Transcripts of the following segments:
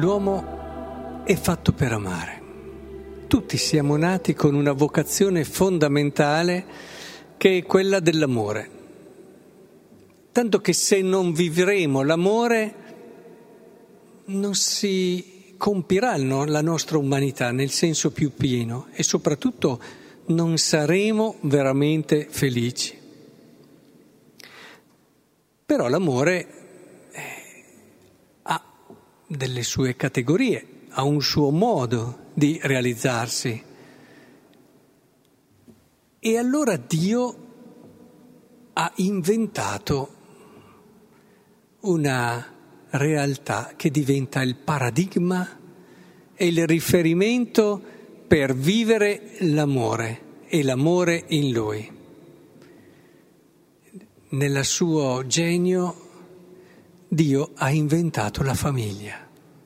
L'uomo è fatto per amare. Tutti siamo nati con una vocazione fondamentale che è quella dell'amore. Tanto che se non vivremo l'amore non si compirà la nostra umanità nel senso più pieno e soprattutto non saremo veramente felici. Però l'amore ha delle sue categorie, ha un suo modo di realizzarsi. E allora Dio ha inventato una realtà che diventa il paradigma e il riferimento per vivere l'amore e l'amore in Lui. Nel suo genio Dio ha inventato la famiglia.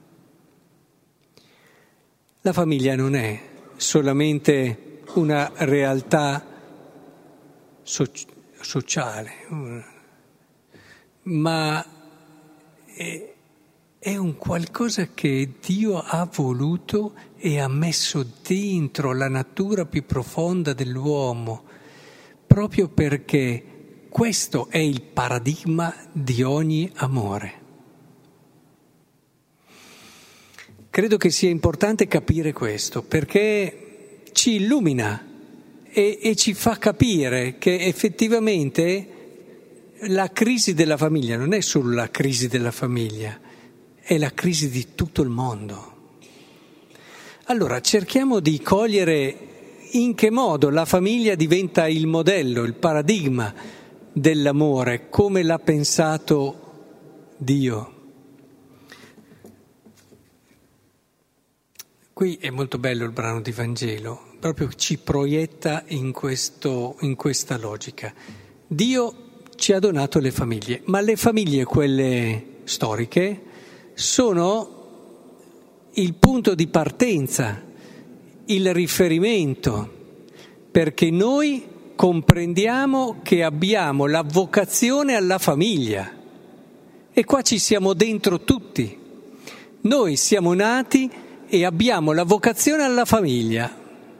La famiglia non è solamente una realtà sociale, ma è un qualcosa che Dio ha voluto e ha messo dentro la natura più profonda dell'uomo, proprio perché questo è il paradigma di ogni amore. Credo che sia importante capire questo, perché ci illumina e ci fa capire che effettivamente la crisi della famiglia non è solo la crisi della famiglia, è la crisi di tutto il mondo. Allora cerchiamo di cogliere in che modo la famiglia diventa il modello, il paradigma dell'amore, come l'ha pensato Dio. Qui è molto bello il brano di Vangelo, proprio ci proietta in questa logica. Dio ci ha donato le famiglie, ma le famiglie, quelle storiche, sono il punto di partenza, il riferimento, perché noi comprendiamo che abbiamo la vocazione alla famiglia e qua ci siamo dentro tutti. Noi siamo nati e abbiamo la vocazione alla famiglia.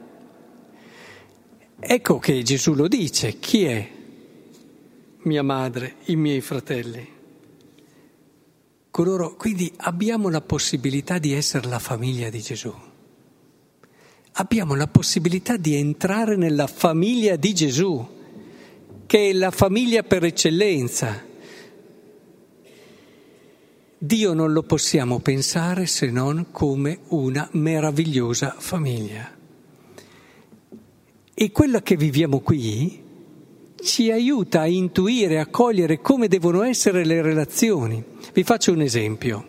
Ecco che Gesù lo dice: chi è mia madre, i miei fratelli? Quindi abbiamo la possibilità di essere la famiglia di Gesù. Abbiamo la possibilità di entrare nella famiglia di Gesù, che è la famiglia per eccellenza. Dio non lo possiamo pensare se non come una meravigliosa famiglia. E quella che viviamo qui ci aiuta a intuire, a cogliere come devono essere le relazioni. Vi faccio un esempio.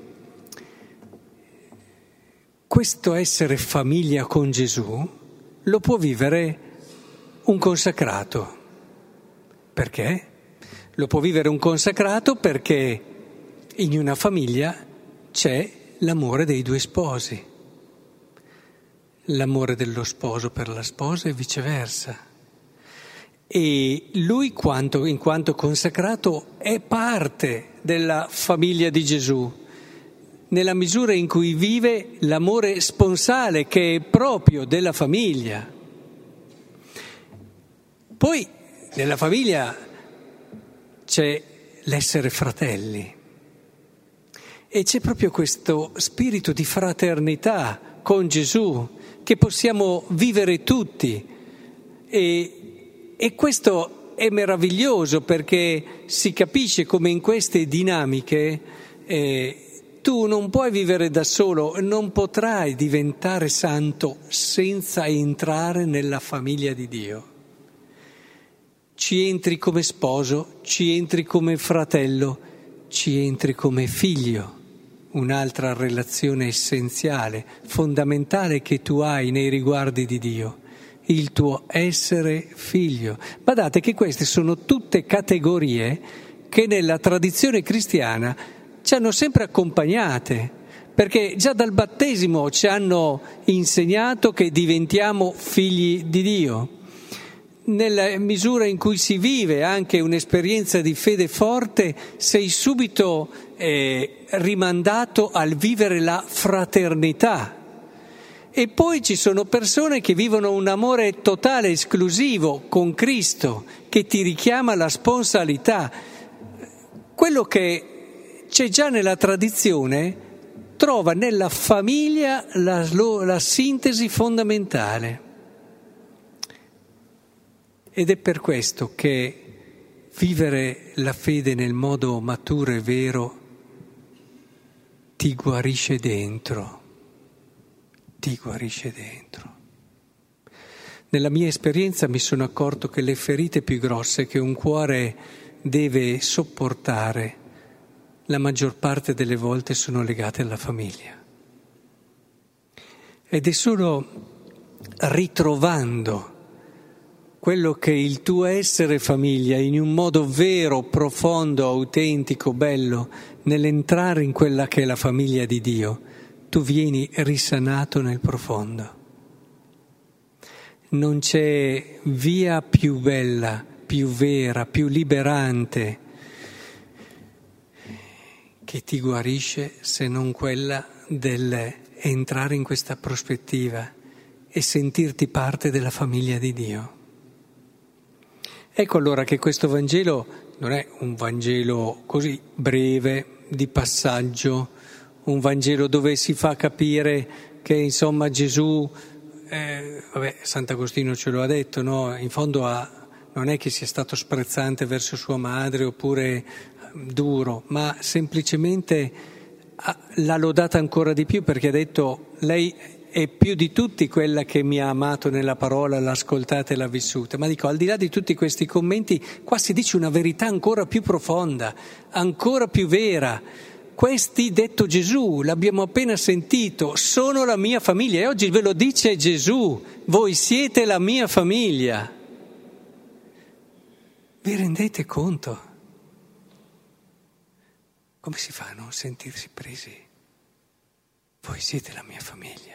Questo essere famiglia con Gesù lo può vivere un consacrato. Perché? Lo può vivere un consacrato perché in una famiglia c'è l'amore dei due sposi, l'amore dello sposo per la sposa e viceversa. E lui, in quanto consacrato, è parte della famiglia di Gesù, nella misura in cui vive l'amore sponsale che è proprio della famiglia. Poi nella famiglia c'è l'essere fratelli. E c'è proprio questo spirito di fraternità con Gesù che possiamo vivere tutti. E questo è meraviglioso perché si capisce come in queste dinamiche tu non puoi vivere da solo, non potrai diventare santo senza entrare nella famiglia di Dio. Ci entri come sposo, ci entri come fratello, ci entri come figlio. Un'altra relazione essenziale, fondamentale che tu hai nei riguardi di Dio, il tuo essere figlio. Badate che queste sono tutte categorie che nella tradizione cristiana ci hanno sempre accompagnate, perché già dal battesimo ci hanno insegnato che diventiamo figli di Dio. Nella misura in cui si vive anche un'esperienza di fede forte, sei subito rimandato al vivere la fraternità. E poi ci sono persone che vivono un amore totale, esclusivo con Cristo, che ti richiama alla sponsalità. Quello che c'è già nella tradizione trova nella famiglia la sintesi fondamentale. Ed è per questo che vivere la fede nel modo maturo e vero ti guarisce dentro. Ti guarisce dentro. Nella mia esperienza mi sono accorto che le ferite più grosse che un cuore deve sopportare la maggior parte delle volte sono legate alla famiglia. Ed è solo ritrovando quello che il tuo essere famiglia in un modo vero, profondo, autentico, bello, nell'entrare in quella che è la famiglia di Dio, tu vieni risanato nel profondo. Non c'è via più bella, più vera, più liberante che ti guarisce se non quella dell'entrare in questa prospettiva e sentirti parte della famiglia di Dio. Ecco allora che questo Vangelo non è un Vangelo così breve, di passaggio, un Vangelo dove si fa capire che insomma Gesù, Sant'Agostino ce lo ha detto, no? In fondo non è che sia stato sprezzante verso sua madre oppure duro, ma semplicemente l'ha lodata ancora di più perché ha detto lei è più di tutti quella che mi ha amato nella parola, l'ha ascoltata e l'ha vissuta. Ma dico, al di là di tutti questi commenti, qua si dice una verità ancora più profonda, ancora più vera. Questi, detto Gesù, l'abbiamo appena sentito, sono la mia famiglia e oggi ve lo dice Gesù, voi siete la mia famiglia. Vi rendete conto? Come si fa a non sentirsi presi? Voi siete la mia famiglia.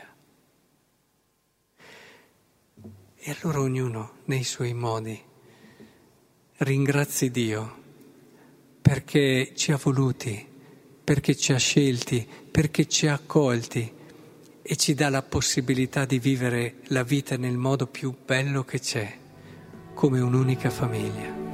E allora ognuno, nei suoi modi, ringrazi Dio perché ci ha voluti, perché ci ha scelti, perché ci ha accolti e ci dà la possibilità di vivere la vita nel modo più bello che c'è, come un'unica famiglia.